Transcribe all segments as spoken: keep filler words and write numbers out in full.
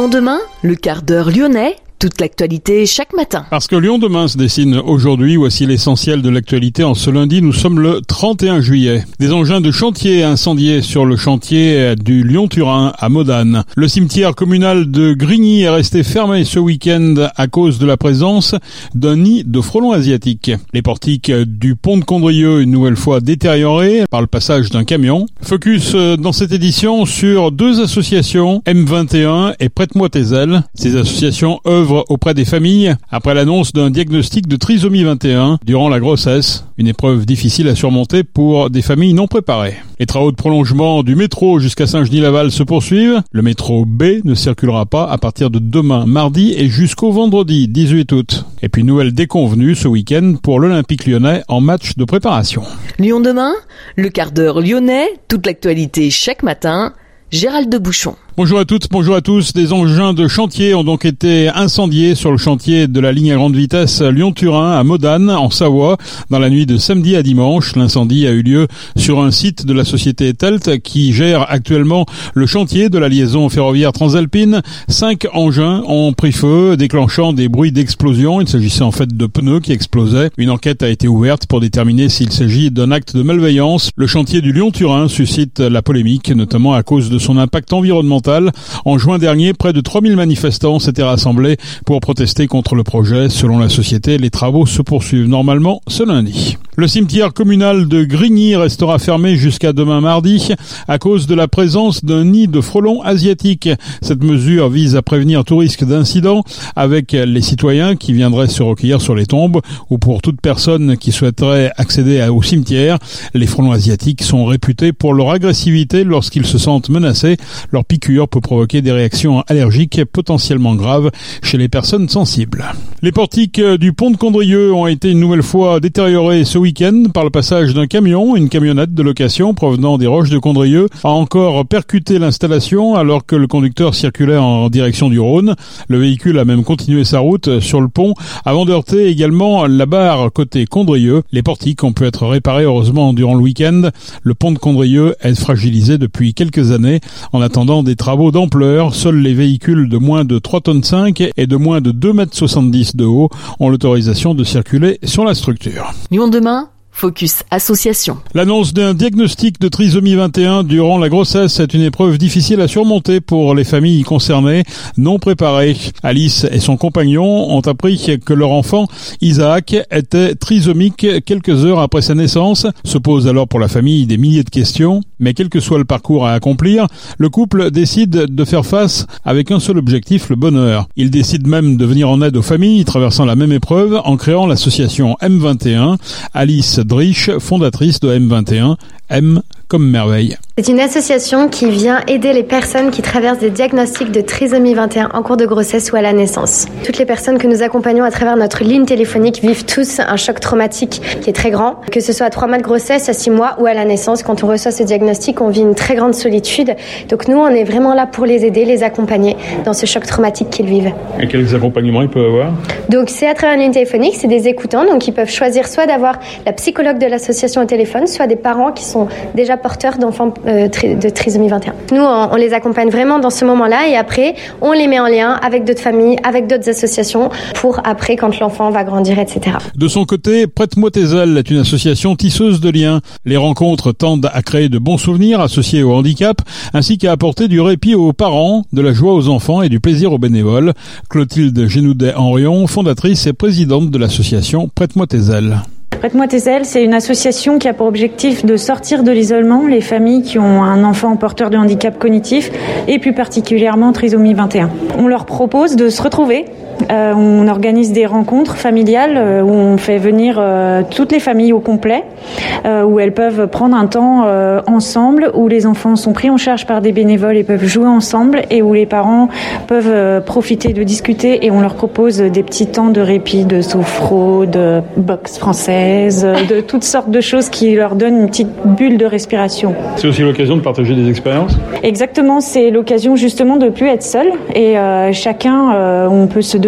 Lyon demain, le quart d'heure lyonnais. Toute l'actualité chaque matin. Parce que Lyon demain se dessine aujourd'hui, voici l'essentiel de l'actualité. En ce lundi, nous sommes le trente et un juillet. Des engins de chantier incendiés sur le chantier du Lyon-Turin à Modane. Le cimetière communal de Grigny est resté fermé ce week-end à cause de la présence d'un nid de frelons asiatiques. Les portiques du pont de Condrieu, une nouvelle fois détériorés par le passage d'un camion. Focus dans cette édition sur deux associations, M vingt et un et Prête-moi tes ailes. Ces associations œuvrent auprès des familles après l'annonce d'un diagnostic de trisomie vingt et un durant la grossesse, une épreuve difficile à surmonter pour des familles non préparées. Les travaux de prolongement du métro jusqu'à Saint-Genis-Laval se poursuivent. Le métro B ne circulera pas à partir de demain mardi et jusqu'au vendredi dix-huit août. Et puis nouvelle déconvenue ce week-end pour l'Olympique lyonnais en match de préparation. Lyon demain, le quart d'heure lyonnais, toute l'actualité chaque matin. Gérald de Bouchon. Bonjour à toutes, bonjour à tous. Des engins de chantier ont donc été incendiés sur le chantier de la ligne à grande vitesse Lyon-Turin à Modane, en Savoie, dans la nuit de samedi à dimanche. L'incendie a eu lieu sur un site de la société Telt qui gère actuellement le chantier de la liaison ferroviaire transalpine. Cinq engins ont pris feu, déclenchant des bruits d'explosion. Il s'agissait en fait de pneus qui explosaient. Une enquête a été ouverte pour déterminer s'il s'agit d'un acte de malveillance. Le chantier du Lyon-Turin suscite la polémique, notamment à cause de son impact environnemental. En juin dernier, près de trois mille manifestants s'étaient rassemblés pour protester contre le projet. Selon la société, les travaux se poursuivent normalement ce lundi. Le cimetière communal de Grigny restera fermé jusqu'à demain mardi à cause de la présence d'un nid de frelons asiatiques. Cette mesure vise à prévenir tout risque d'incident avec les citoyens qui viendraient se recueillir sur les tombes ou pour toute personne qui souhaiterait accéder au cimetière. Les frelons asiatiques sont réputés pour leur agressivité lorsqu'ils se sentent menacés. Leur piqûre peut provoquer des réactions allergiques potentiellement graves chez les personnes sensibles. Les portiques du pont de Condrieu ont été une nouvelle fois détériorés ce week-end par le passage d'un camion. Une camionnette de location provenant des Roches de Condrieu a encore percuté l'installation alors que le conducteur circulait en direction du Rhône. Le véhicule a même continué sa route sur le pont avant de heurter également la barre côté Condrieu. Les portiques ont pu être réparés heureusement durant le week-end. Le pont de Condrieu est fragilisé depuis quelques années. En attendant des travaux d'ampleur, seuls les véhicules de moins de trois tonnes cinq et de moins de deux mètres soixante-dix de haut ont l'autorisation de circuler sur la structure. Lyon demain, Focus Association. L'annonce d'un diagnostic de trisomie vingt et un durant la grossesse est une épreuve difficile à surmonter pour les familles concernées, non préparées. Alice et son compagnon ont appris que leur enfant, Isaac, était trisomique quelques heures après sa naissance. Se posent alors pour la famille des milliers de questions, mais quel que soit le parcours à accomplir, le couple décide de faire face avec un seul objectif, le bonheur. Il décide même de venir en aide aux familles traversant la même épreuve en créant l'association M vingt et un. Alice Drich, fondatrice de M vingt et un, M comme merveille. C'est une association qui vient aider les personnes qui traversent des diagnostics de trisomie vingt et un en cours de grossesse ou à la naissance. Toutes les personnes que nous accompagnons à travers notre ligne téléphonique vivent tous un choc traumatique qui est très grand. Que ce soit à trois mois de grossesse, à six mois ou à la naissance, quand on reçoit ce diagnostic, on vit une très grande solitude. Donc nous, on est vraiment là pour les aider, les accompagner dans ce choc traumatique qu'ils vivent. Et quels accompagnements ils peuvent avoir ? Donc c'est à travers une ligne téléphonique, c'est des écoutants, donc ils peuvent choisir soit d'avoir la psychologue de l'association au téléphone, soit des parents qui sont déjà porteurs d'enfants euh, tri- de trisomie vingt et un. Nous, on, on les accompagne vraiment dans ce moment-là et après, on les met en lien avec d'autres familles, avec d'autres associations pour après, quand l'enfant va grandir, et cetera. De son côté, Prête-moi tes ailes est une association tisseuse de liens. Les rencontres tendent à créer de bons souvenirs associés au handicap, ainsi qu'à apporter du répit aux parents, de la joie aux enfants et du plaisir aux bénévoles. Clotilde Génoudet-Henrion, fondatrice et présidente de l'association Prête-moi tes ailes. Prête-moi tes ailes, c'est une association qui a pour objectif de sortir de l'isolement les familles qui ont un enfant porteur de handicap cognitif et plus particulièrement trisomie vingt et un. On leur propose de se retrouver. Euh, on organise des rencontres familiales euh, où on fait venir euh, toutes les familles au complet, euh, où elles peuvent prendre un temps euh, ensemble, où les enfants sont pris en charge par des bénévoles et peuvent jouer ensemble, et où les parents peuvent euh, profiter de discuter, et on leur propose des petits temps de répit, de sophro, de boxe française, de toutes sortes de choses qui leur donnent une petite bulle de respiration. C'est aussi l'occasion de partager des expériences ? Exactement, c'est l'occasion justement de plus être seul, et euh, chacun, euh, on peut se donner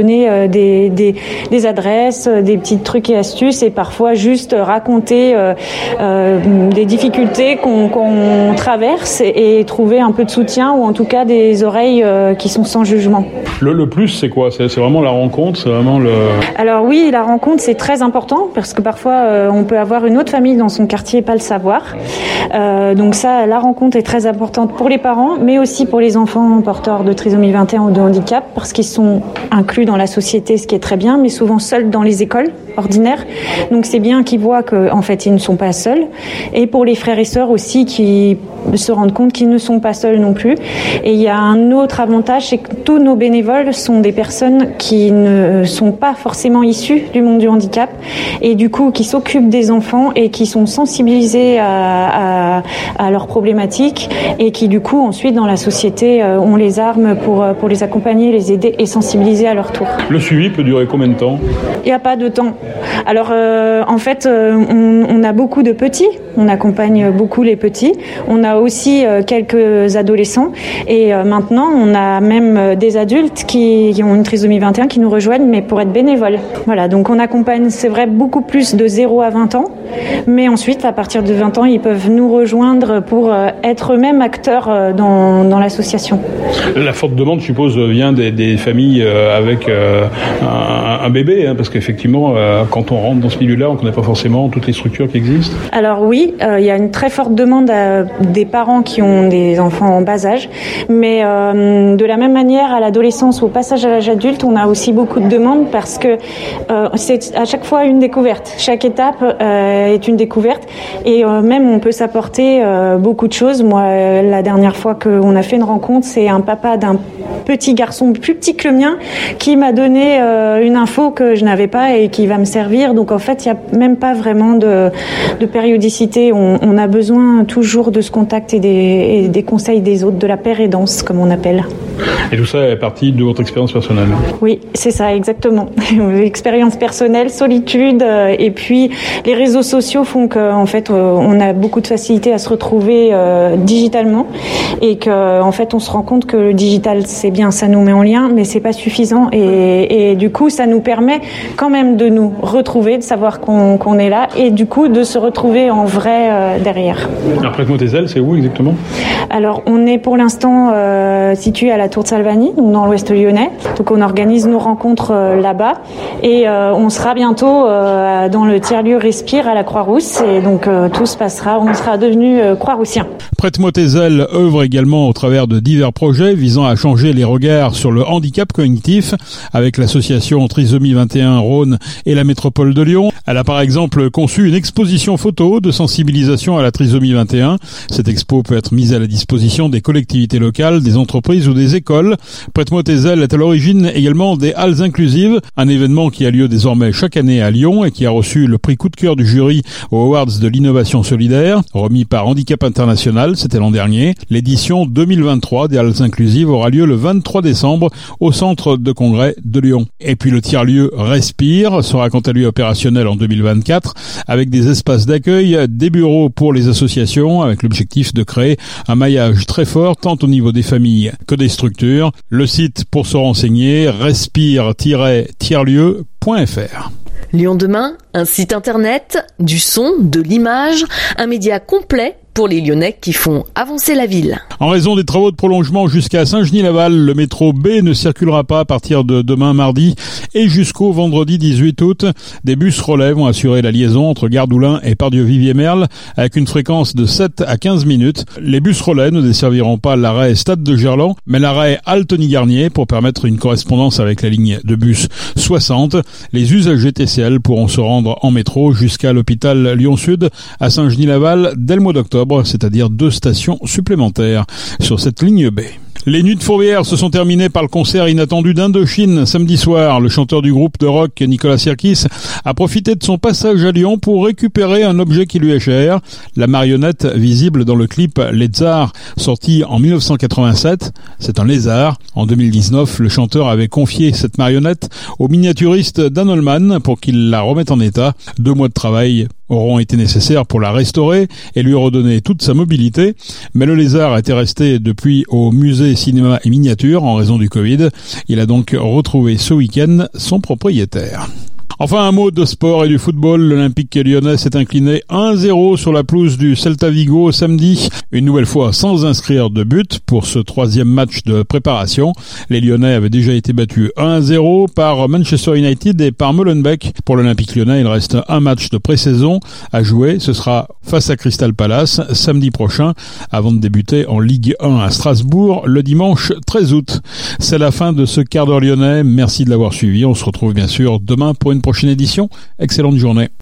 donner euh, des, des, des adresses, des petits trucs et astuces, et parfois juste raconter euh, euh, des difficultés qu'on, qu'on traverse et, et trouver un peu de soutien, ou en tout cas des oreilles euh, qui sont sans jugement. Le, le plus, c'est quoi ? c'est, c'est vraiment la rencontre, c'est vraiment le... Alors oui, la rencontre, c'est très important, parce que parfois euh, on peut avoir une autre famille dans son quartier et pas le savoir. Euh, donc ça, la rencontre est très importante pour les parents, mais aussi pour les enfants porteurs de trisomie vingt et un ou de handicap, parce qu'ils sont inclus dans la société, ce qui est très bien, mais souvent seuls dans les écoles ordinaires. Donc c'est bien qu'ils voient qu'en fait ils ne sont pas seuls. Et pour les frères et sœurs aussi, qui se rendent compte qu'ils ne sont pas seuls non plus. Et il y a un autre avantage, c'est que tous nos bénévoles sont des personnes qui ne sont pas forcément issues du monde du handicap, et du coup qui s'occupent des enfants et qui sont sensibilisés à, à, à leurs problématiques, et qui du coup ensuite dans la société euh, ont les armes pour, pour les accompagner, les aider et sensibiliser à leur tour. Le suivi peut durer combien de temps ? Il n'y a pas de temps. Alors euh, en fait euh, on, on a beaucoup de petits, on accompagne beaucoup les petits, on a aussi euh, quelques adolescents, et euh, maintenant on a même euh, des adultes qui, qui ont une trisomie vingt et un qui nous rejoignent, mais pour être bénévoles. Voilà, donc on accompagne, c'est vrai, beaucoup plus de zéro à vingt ans, mais ensuite à partir de vingt ans ils peuvent nous rejoindre pour euh, être eux-mêmes acteurs euh, dans, dans l'association. La forte demande, je suppose, vient des, des familles euh, avec euh, un, un bébé, hein, parce qu'effectivement euh, quand on rentre dans ce milieu-là, on ne connaît pas forcément toutes les structures qui existent. Alors oui, euh, il y a une très forte demande à des parents qui ont des enfants en bas âge, mais euh, de la même manière, à l'adolescence ou au passage à l'âge adulte, on a aussi beaucoup de demandes, parce que euh, c'est à chaque fois une découverte. Chaque étape euh, est une découverte, et euh, même on peut s'apporter euh, beaucoup de choses. Moi, euh, la dernière fois qu'on a fait une rencontre, c'est un papa d'un petit garçon plus petit que le mien qui m'a donné euh, une info que je n'avais pas et qui va me servir. Donc en fait, il n'y a même pas vraiment de, de périodicité. On, on a besoin toujours de ce contact et des, et des conseils des autres, de la pérédance, comme on appelle. Et tout ça est parti de votre expérience personnelle ? Oui, c'est ça, exactement. Expérience personnelle, solitude, euh, et puis les réseaux sociaux font qu'en fait, euh, on a beaucoup de facilité à se retrouver euh, digitalement, et que en fait, on se rend compte que le digital, c'est bien, ça nous met en lien, mais c'est pas suffisant, et, et du coup, ça nous permet quand même de nous retrouver, de savoir qu'on, qu'on est là, et du coup, de se retrouver en vrai euh, derrière. Alors, prête-moi tes ailes, c'est où exactement ? Alors, on est pour l'instant euh, situé à la Tour de Salvani, donc dans l'Ouest lyonnais. Donc, on organise nos rencontres euh, là-bas, et euh, on sera bientôt euh, dans le tiers-lieu Respire à la Croix-Rousse, et donc euh, tout se passera, on sera devenu euh, Croix-Roussien. Prête-moi tes ailes œuvre également au travers de divers projets visant à changer les regards sur le handicap cognitif, avec l'association Trisomie vingt et un Rhône et la métropole de Lyon. Elle a par exemple conçu une exposition photo de sensibilisation à la trisomie vingt et un. Cette expo peut être mise à la disposition des collectivités locales, des entreprises ou des écoles. Prête-moi tes ailes est à l'origine également des Halles Inclusives, un événement qui a lieu désormais chaque année à Lyon et qui a reçu le prix coup de cœur du jury aux Awards de l'innovation solidaire, remis par Handicap International, c'était l'an dernier. L'édition deux mille vingt-trois des Halles Inclusives aura lieu le vingt-trois décembre au centre de congrès de Lyon. Et puis le tiers-lieu Respire sera quant à lui opérationnel en deux mille vingt-quatre avec des espaces d'accueil, des bureaux pour les associations avec l'objectif de créer un maillage très fort tant au niveau des familles que des structures. Le site pour se renseigner, respire tiers lieu point f r. Lyon demain, un site internet, du son, de l'image, un média complet pour les Lyonnais qui font avancer la ville. En raison des travaux de prolongement jusqu'à Saint-Genis-Laval, le métro B ne circulera pas à partir de demain mardi et jusqu'au vendredi dix-huit août. Des bus relais vont assurer la liaison entre Gare d'Oulin et Pardieu-Vivier-Merle avec une fréquence de sept à quinze minutes. Les bus relais ne desserviront pas l'arrêt Stade de Gerland, mais l'arrêt Altony-Garnier pour permettre une correspondance avec la ligne de bus soixante. Les usagers T C L pourront se rendre en métro jusqu'à l'hôpital Lyon-Sud à Saint-Genis-Laval dès le mois d'octobre, c'est-à-dire deux stations supplémentaires sur cette ligne B. Les Nuits de Fourvière se sont terminées par le concert inattendu d'Indochine samedi soir. Le chanteur du groupe de rock Nicolas Sirkis a profité de son passage à Lyon pour récupérer un objet qui lui est cher, la marionnette visible dans le clip Les Tsars, sorti en dix-neuf cent quatre-vingt-sept. C'est un lézard. En deux mille dix-neuf, le chanteur avait confié cette marionnette au miniaturiste Dan Holman pour qu'il la remette en état. Deux mois de travail auront été nécessaires pour la restaurer et lui redonner toute sa mobilité. Mais le lézard était resté depuis au musée cinéma et miniature en raison du Covid. Il a donc retrouvé ce week-end son propriétaire. Enfin, un mot de sport et du football. L'Olympique lyonnais s'est incliné un zéro sur la pelouse du Celta Vigo samedi, une nouvelle fois sans inscrire de but pour ce troisième match de préparation. Les Lyonnais avaient déjà été battus un zéro par Manchester United et par Molenbeek. Pour l'Olympique lyonnais, il reste un match de pré-saison à jouer. Ce sera face à Crystal Palace samedi prochain avant de débuter en Ligue un à Strasbourg le dimanche treize août. C'est la fin de ce quart d'heure lyonnais. Merci de l'avoir suivi. On se retrouve bien sûr demain pour une prochaine édition. Excellente journée.